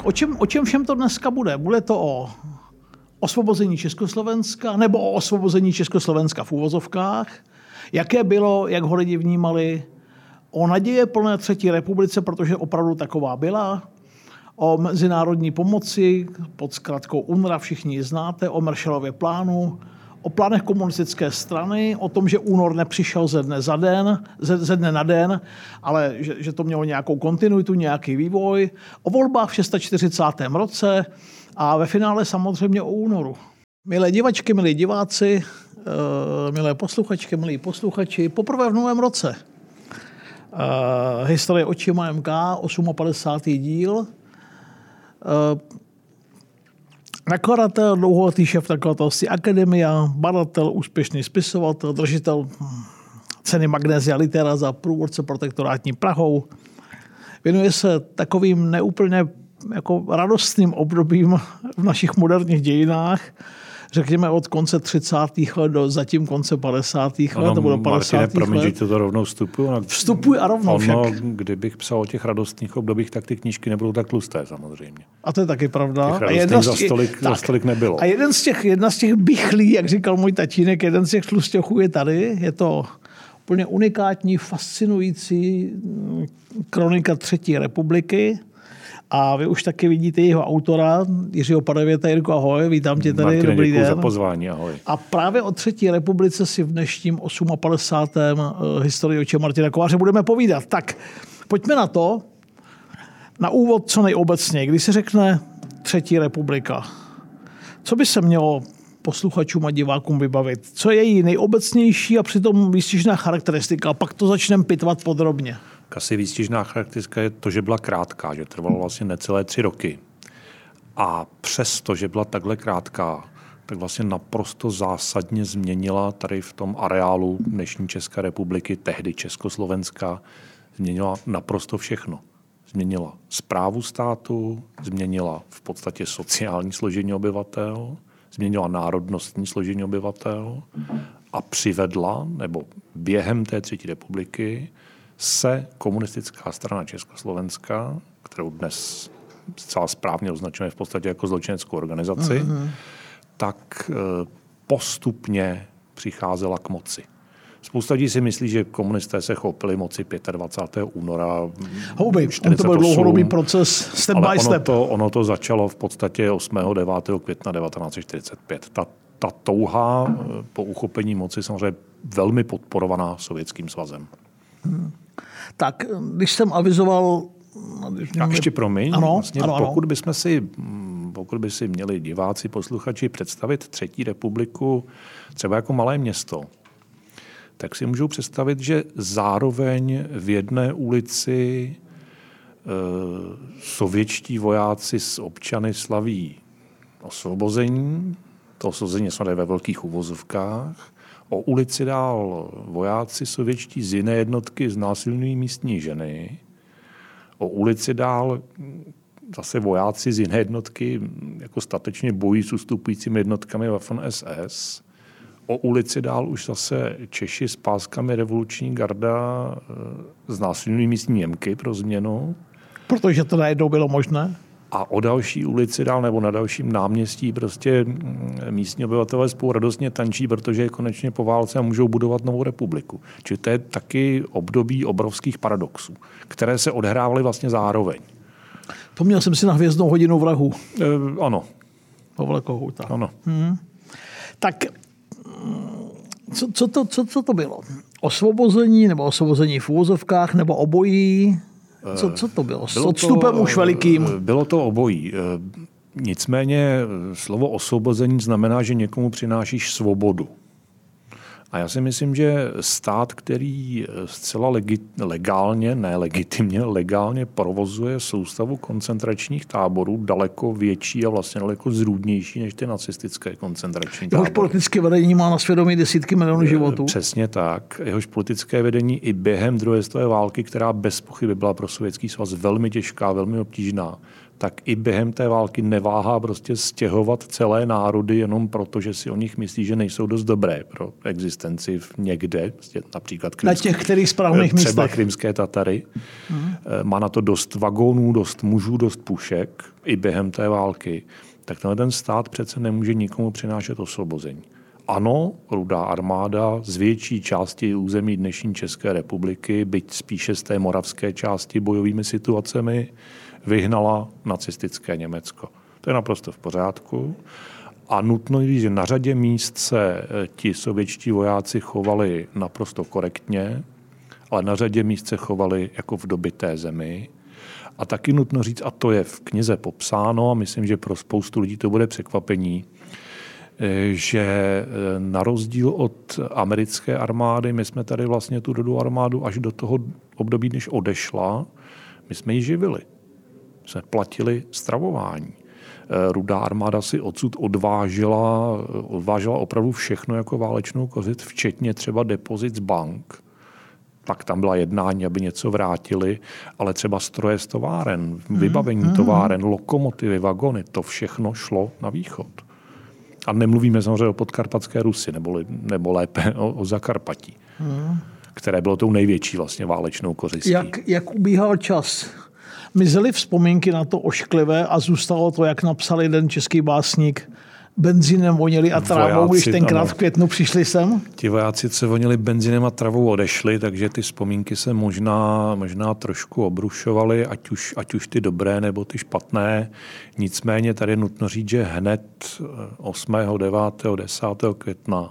O čem všem to dneska bude? Bude to o osvobození Československa nebo o osvobození Československa v úvozovkách? Jaké bylo, jak ho lidi vnímali? O naděje plné třetí republice, protože opravdu taková byla? O mezinárodní pomoci pod zkratkou UNRWA, všichni ji znáte, o Marshallově plánu, o plánech komunistické strany, o tom, že únor nepřišel ze dne na den, ale že to mělo nějakou kontinuitu, nějaký vývoj, o volbách v 640. roce a ve finále samozřejmě o únoru. Milé divačky, milí diváci, milé posluchačky, milí posluchači, poprvé v novém roce. Historie očima MK, 58. díl. Nakladatel, dlouholetý šéf nakladatelství Akademia, badatel, úspěšný spisovatel, držitel ceny Magnesia Litera za průvodce protektorátní Prahou. Věnuje se takovým neúplně jako radostným obdobím v našich moderních dějinách, řekněme od konce 30. let do zatím konce 50. let, nebo do 50. Martine, promiň, let. že to rovnou vstupuju. Vstupuj a rovnou však. Kdybych psal o těch radostných obdobích, tak ty knížky nebudou tak tlusté samozřejmě. A to je taky pravda. Těch radostných za stolik nebylo. A jedna z těch bychlí, jak říkal můj tatínek, jeden z těch tlustěchů je tady. Je to úplně unikátní, fascinující kronika třetí republiky. A vy už taky vidíte jeho autora, Jiřího Padevěta. Jirko, ahoj, vítám tě tady, Martine, dobrý den. za pozvání, ahoj. A právě o třetí republice si v dnešním 58. historii očima Martina Kováře budeme povídat. Tak, pojďme na to. Na úvod co nejobecněji. Když se řekne třetí republika, co by se mělo posluchačům a divákům vybavit? Co je její nejobecnější a přitom výstižná charakteristika? A pak to začneme pitvat podrobně. Asi výstižná charakteristika je to, že byla krátká, že trvalo vlastně necelé 3 roky. A přesto, že byla takhle krátká, tak vlastně naprosto zásadně změnila tady v tom areálu dnešní České republiky, tehdy Československa, změnila naprosto všechno. Změnila správu státu, změnila v podstatě sociální složení obyvatel, změnila národnostní složení obyvatel a přivedla, nebo během té třetí republiky, se komunistická strana Československa, kterou dnes zcela správně označujeme v podstatě jako zločineckou organizaci, tak postupně přicházela k moci. Spousta lidí si myslí, že komunisté se chopili moci 25. února. Houby, to byl dlouhodobý proces, step by step. Ono to začalo v podstatě 8. 9. května 1945. Ta touha po uchopení moci samozřejmě velmi podporovaná Sovětským svazem. Tak, když jsem avizoval... Tak ještě promiň. Ano, vlastně, ano. Pokud by si měli diváci, posluchači představit třetí republiku třeba jako malé město, tak si můžou představit, že zároveň v jedné ulici sovětští vojáci s občany slaví osvobození. To osvobození jsme ve velkých uvozovkách. O ulici dál vojáci sovětští z jiné jednotky znásilňují místní ženy. O ulici dál zase vojáci z jiné jednotky jako statečně bojí s ustupujícími jednotkami Waffen-SS. O ulici dál už zase Češi s páskami revoluční garda znásilňují místní Němky pro změnu. Protože to najednou bylo možné. A o další ulici dál nebo na dalším náměstí prostě místní obyvatelé spolu radostně tančí, protože je konečně po válce a můžou budovat novou republiku. Čili to je taky období obrovských paradoxů, které se odehrávaly vlastně zároveň. To měl jsem si na Hvězdnou hodinu vrahů. Ano. Pavla Kohouta. Ano. Tak co to bylo? Osvobození nebo osvobození v úvozovkách nebo obojí? Co to bylo? S odstupem už velikým. Bylo to obojí. Nicméně slovo osvobození znamená, že někomu přinášíš svobodu. A já si myslím, že stát, který zcela legálně provozuje soustavu koncentračních táborů, daleko větší a vlastně daleko zrůdnější než ty nacistické koncentrační tábory. Jehož politické vedení má na svědomí desítky milionů životů. Přesně tak. Jehož politické vedení i během druhé světové války, která bez pochyby byla pro Sovětský svaz velmi těžká, velmi obtížná, tak i během té války neváhá prostě stěhovat celé národy jenom proto, že si o nich myslí, že nejsou dost dobré pro existenci někde, například na těch kterých správných třeba místech. Krymské Tatary. Má na to dost vagónů, dost mužů, dost pušek i během té války. Tak ten stát přece nemůže nikomu přinášet osvobození. Ano, Rudá armáda z větší části území dnešní České republiky, byť spíše z té moravské části bojovými situacemi, vyhnala nacistické Německo. To je naprosto v pořádku. A nutno říct, že na řadě míst se ti sovětští vojáci chovali naprosto korektně, ale na řadě míst se chovali jako v dobyté zemi. A taky nutno říct, a to je v knize popsáno, a myslím, že pro spoustu lidí to bude překvapení, že na rozdíl od americké armády, my jsme tady vlastně tu Rudou armádu až do toho období, než odešla, my jsme ji živili. Jsme platili stravování. Rudá armáda si odsud odvážela opravdu všechno jako válečnou kořist, včetně třeba depozit z bank. Tak tam byla jednání, aby něco vrátili, ale třeba stroje z továren, vybavení továren, lokomotivy, vagony, to všechno šlo na východ. A nemluvíme samozřejmě o podkarpatské Rusy, nebo lépe o Zakarpatí, které bylo tou největší vlastně válečnou kořistí. Jak ubíhal čas? Mizely vzpomínky na to ošklivé a zůstalo to, jak napsal jeden český básník, benzínem vonili a trávou, když tenkrát v květnu přišli sem? Ti vojáci, co vonili benzínem a travou, odešli, takže ty vzpomínky se možná trošku obrušovaly, ať už ty dobré nebo ty špatné. Nicméně tady je nutno říct, že hned 8., 9., 10. května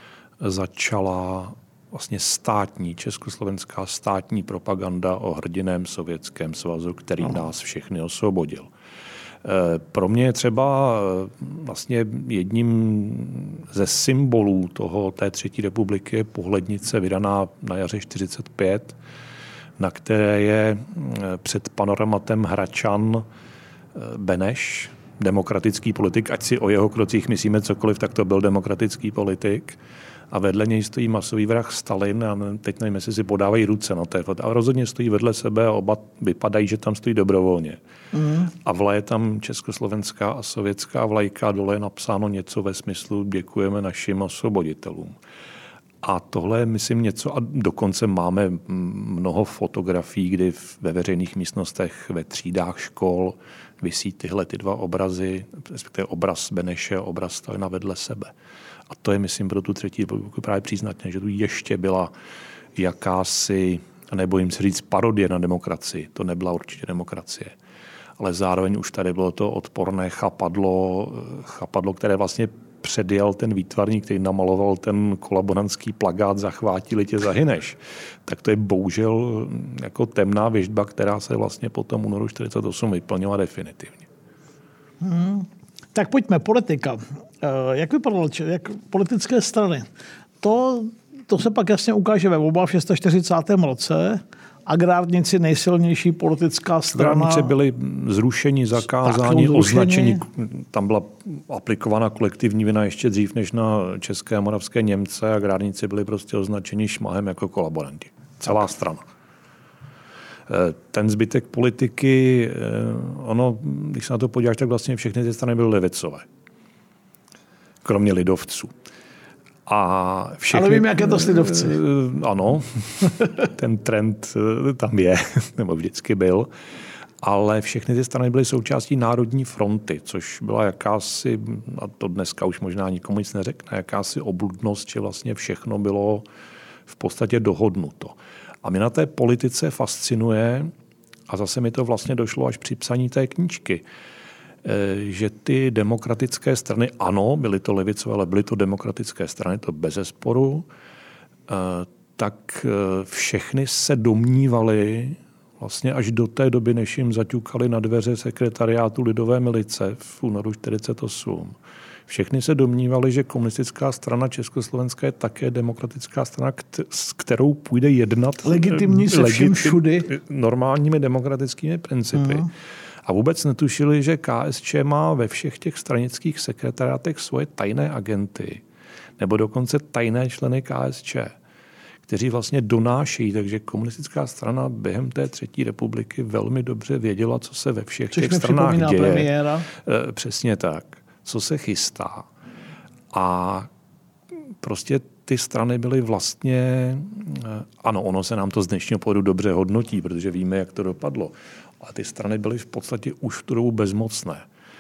začala vlastně československá státní propaganda o hrdiném Sovětském svazu, který nás všechny osvobodil. Pro mě je třeba vlastně jedním ze symbolů té třetí republiky je pohlednice vydaná na jaře 1945, na které je před panoramatem Hradčan Beneš, demokratický politik, ať si o jeho krocích myslíme cokoliv, tak to byl demokratický politik. A vedle něj stojí masový vrah Stalin a teď nevím, jestli si podávají ruce na té fotce. A rozhodně stojí vedle sebe a oba vypadají, že tam stojí dobrovolně. A vleje tam československá a sovětská vlajka, dole je napsáno něco ve smyslu děkujeme našim osvoboditelům. A tohle je, myslím, něco, a dokonce máme mnoho fotografií, kdy ve veřejných místnostech, ve třídách škol visí ty dva obrazy, respektive obraz Beneše a obraz Stalina vedle sebe. A to je, myslím, pro tu třetí republiku právě příznačné, že tu ještě byla jakási, nebojím se říct, parodie na demokracii. To nebyla určitě demokracie. Ale zároveň už tady bylo to odporné chapadlo, které vlastně předjel ten výtvarník, který namaloval ten kolaborantský plakát Zachvátili tě, zahyneš. Tak to je bohužel jako temná věštba, která se vlastně po tom únoru 1948 vyplnila definitivně. Tak pojďme, politika. Jak vypadalo politické strany? To se pak jasně ukáže ve volbách v 640. roce. Agrárníci nejsilnější politická strana. Agrárníci byli zrušeni, zakázáni, označeni. Tam byla aplikovaná kolektivní vina ještě dřív než na české a moravské Němce. Agrárníci byli prostě označeni šmahem jako kolaboranti. Celá strana. Ten zbytek politiky, když se na to podíváš, tak vlastně všechny ty strany byly levicové. Kromě lidovců. A všechny, ale vím, jak je to s lidovci. Ano, ten trend tam je, nebo vždycky byl. Ale všechny ty strany byly součástí Národní fronty, což byla jakási, a to dneska už možná nikomu nic neřekne, jakási obludnost, že vlastně všechno bylo v podstatě dohodnuto. A mě na té politice fascinuje, a zase mi to vlastně došlo až při psaní té knížky, že ty demokratické strany, ano, byly to levicové, ale byly to demokratické strany, to bezesporu, tak všechny se domnívaly vlastně až do té doby, než jim zaťukali na dveře sekretariátu Lidové milice v únoru 1948. Všechny se domnívali, že komunistická strana Československa je také demokratická strana, s kterou půjde jednat legitimní se vším všudy normálními demokratickými principy. A vůbec netušili, že KSČ má ve všech těch stranických sekretariátech svoje tajné agenty, nebo dokonce tajné členy KSČ, kteří vlastně donášejí. Takže komunistická strana během té třetí republiky velmi dobře věděla, co se ve všech těch stranách děje. Premiéra. Přesně tak. Co se chystá. A prostě ty strany byly vlastně, ano, ono se nám to z dnešního pohledu dobře hodnotí, protože víme, jak to dopadlo. A ty strany byly v podstatě už tu dobu bezmocné.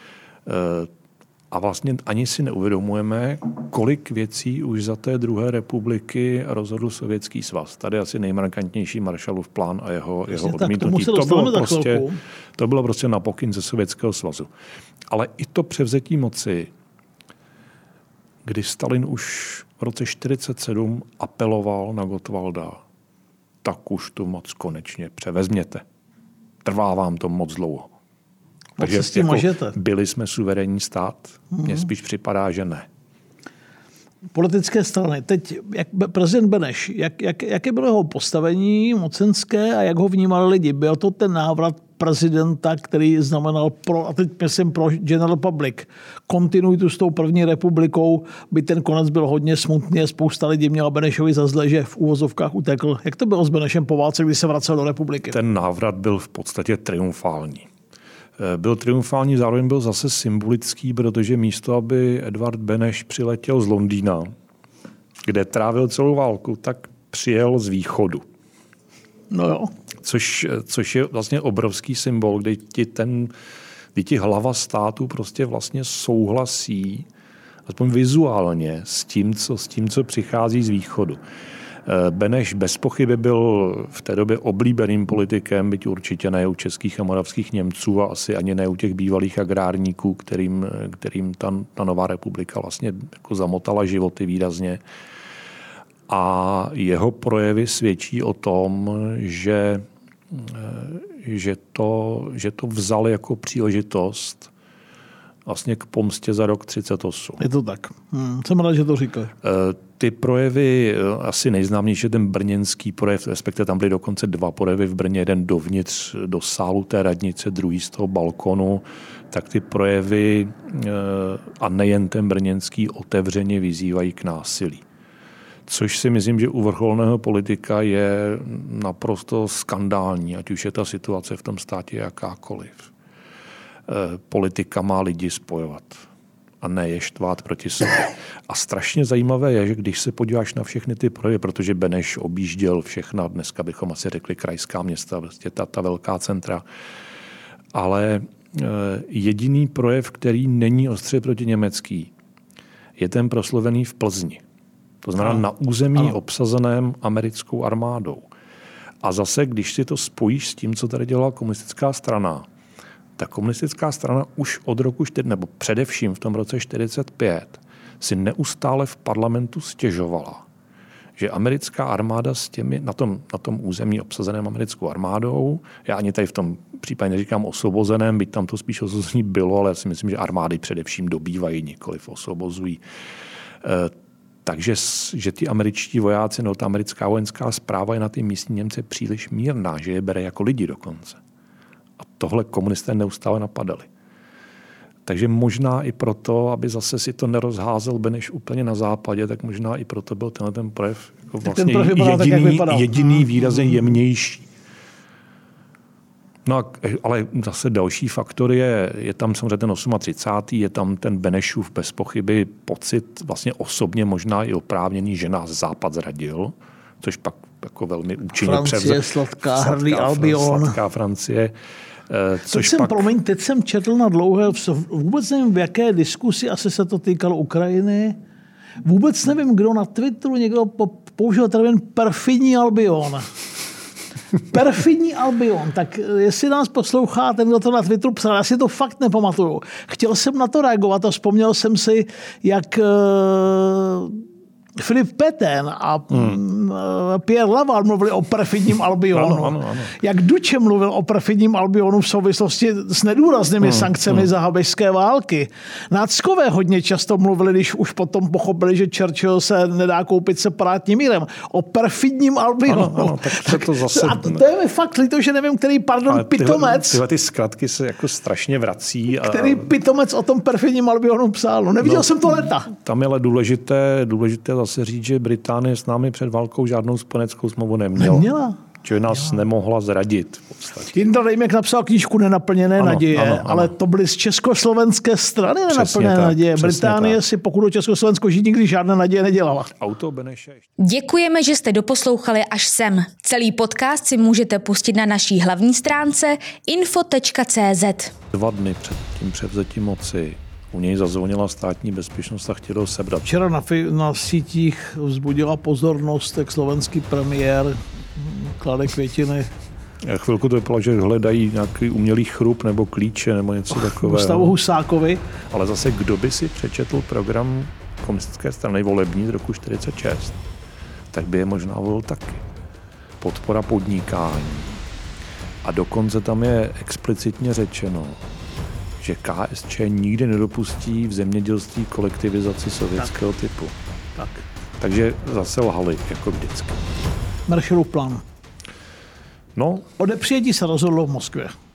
A vlastně ani si neuvědomujeme, kolik věcí už za té druhé republiky rozhodl Sovětský svaz. Tady asi nejmarkantnější Marshallův plán a jeho odmítnutí. To bylo prostě na pokyn ze Sovětského svazu. Ale i to převzetí moci, kdy Stalin už v roce 1947 apeloval na Gottwalda, tak už tu moc konečně převezměte. Trvá vám to moc dlouho. Takže byli jsme suverénní stát? Mně spíš připadá, že ne. Politické strany. Teď prezident Beneš, jaké bylo jeho postavení mocenské a jak ho vnímali lidi? Byl to ten návrat prezidenta, který znamenal a teď myslím pro General Public, kontinuitu s tou první republikou, by ten konec byl hodně smutný a spousta lidí měla Benešovi za zle, že v úvozovkách utekl. Jak to bylo s Benešem po válce, když se vracel do republiky? Ten návrat byl v podstatě triumfální. Byl triumfální, zároveň byl zase symbolický, protože místo, aby Edvard Beneš přiletěl z Londýna, kde trávil celou válku, tak přijel z východu. No jo. Což je vlastně obrovský symbol, kdy ti hlava státu prostě vlastně souhlasí, aspoň vizuálně, s tím, co přichází z východu. Beneš bez pochyby byl v té době oblíbeným politikem, byť určitě ne u českých a moravských Němců a asi ani ne u těch bývalých agrárníků, kterým ta nová republika vlastně jako zamotala životy výrazně. A jeho projevy svědčí o tom, že to vzal jako příležitost vlastně k pomstě za rok 1938. Je to tak. Jsem rád, že to říkáš. Ty projevy, asi nejznámější ten brněnský projev, respektive tam byly dokonce 2 projevy v Brně, jeden dovnitř do sálu té radnice, druhý z toho balkonu, tak ty projevy a nejen ten brněnský otevřeně vyzývají k násilí. Což si myslím, že u vrcholného politika je naprosto skandální, ať už je ta situace v tom státě jakákoliv. Politika má lidi spojovat a ne je štvát proti sobě. A strašně zajímavé je, že když se podíváš na všechny ty projevy, protože Beneš objížděl všechna, dneska bychom asi řekli krajská města, vlastně ta velká centra, ale jediný projev, který není ostře protiněmecký, je ten proslovený v Plzni. To znamená na území obsazeném americkou armádou. A zase, když si to spojíš s tím, co tady dělala komunistická strana, ta komunistická strana už od roku 4, nebo především v tom roce 1945 si neustále v parlamentu stěžovala, že americká armáda s těmi, na tom území obsazeném americkou armádou, já ani tady v tom případě neříkám osvobozeném, byť tam to spíš osvobození bylo, ale já si myslím, že armády především dobývají, nikoliv osvobozují. Takže že ty američtí vojáci, no ta americká vojenská správa je na ty místní Němce příliš mírná, že je bere jako lidi dokonce. A tohle komunisté neustále napadali. Takže možná i proto, aby zase si to nerozházel Beneš úplně na západě, tak možná i proto byl ten projev jako vlastně jediný výrazně jemnější. No ale zase další faktor je tam samozřejmě ten 38. Je tam ten Benešův bez pochyby pocit vlastně osobně možná i oprávněný, že nás Západ zradil, což pak jako velmi účinně Francie, sladká, hrdý Albion. Sladká Francie. Teď jsem četl na dlouhé, vůbec nevím, v jaké diskusi, asi se to týkalo Ukrajiny, vůbec nevím, kdo na Twitteru někdo použil termín perfidní Albion. Perfidní Albion. Tak jestli nás poslouchá, ten, kdo to na Twitteru psal, já si to fakt nepamatuju. Chtěl jsem na to reagovat a vzpomněl jsem si, jak Filip Pétain a Pierre Laval mluvili o perfidním Albionu. Ano. Jak Duče mluvil o perfidním Albionu v souvislosti s nedůraznými sankcemi za habešské války. Náckové hodně často mluvili, když už potom pochopili, že Churchill se nedá koupit separátním mírem. O perfidním Albionu. Ano, tak to zase... A to je mi fakt líto, že nevím, který, pitomec... Tyhle ty zkratky se jako strašně vrací. Který pitomec o tom perfidním Albionu psal. No, neviděl jsem to leta. Tam je ale důležité zase říct, že Británie s námi před válkou Moskvou žádnou spojeneckou smlouvu neměla. Čili nás nemohla zradit v podstatě. Jindra Dejmek napsal knížku Nenaplněné naděje, ano. Ale to byly z československé strany Nenaplněné naděje. Británie si, pokud o Československo žít, nikdy žádné naděje nedělala. Auto Beneše. Děkujeme, že jste doposlouchali až sem. Celý podcast si můžete pustit na naší hlavní stránce info.cz. 2 dny před tím převzetím moci u něj zazvonila státní bezpečnost a chtěli ho sebrat. Včera na sítích vzbudila pozornost, jak slovenský premiér klade květiny. Chvilku to vypadalo, že hledají nějaký umělý chrup nebo klíče nebo něco takového. Gustavu Husákovi. Ale zase kdo by si přečetl program komunistické strany volební z roku 1946, tak by je možná volil taky. Podpora podnikání. A dokonce tam je explicitně řečeno, že KSČ nikdy nedopustí v zemědělství kolektivizaci sovětského typu. Takže zase lhali, jako vždycky. Marshallův plán. No. O nepřijetí se rozhodlo v Moskvě.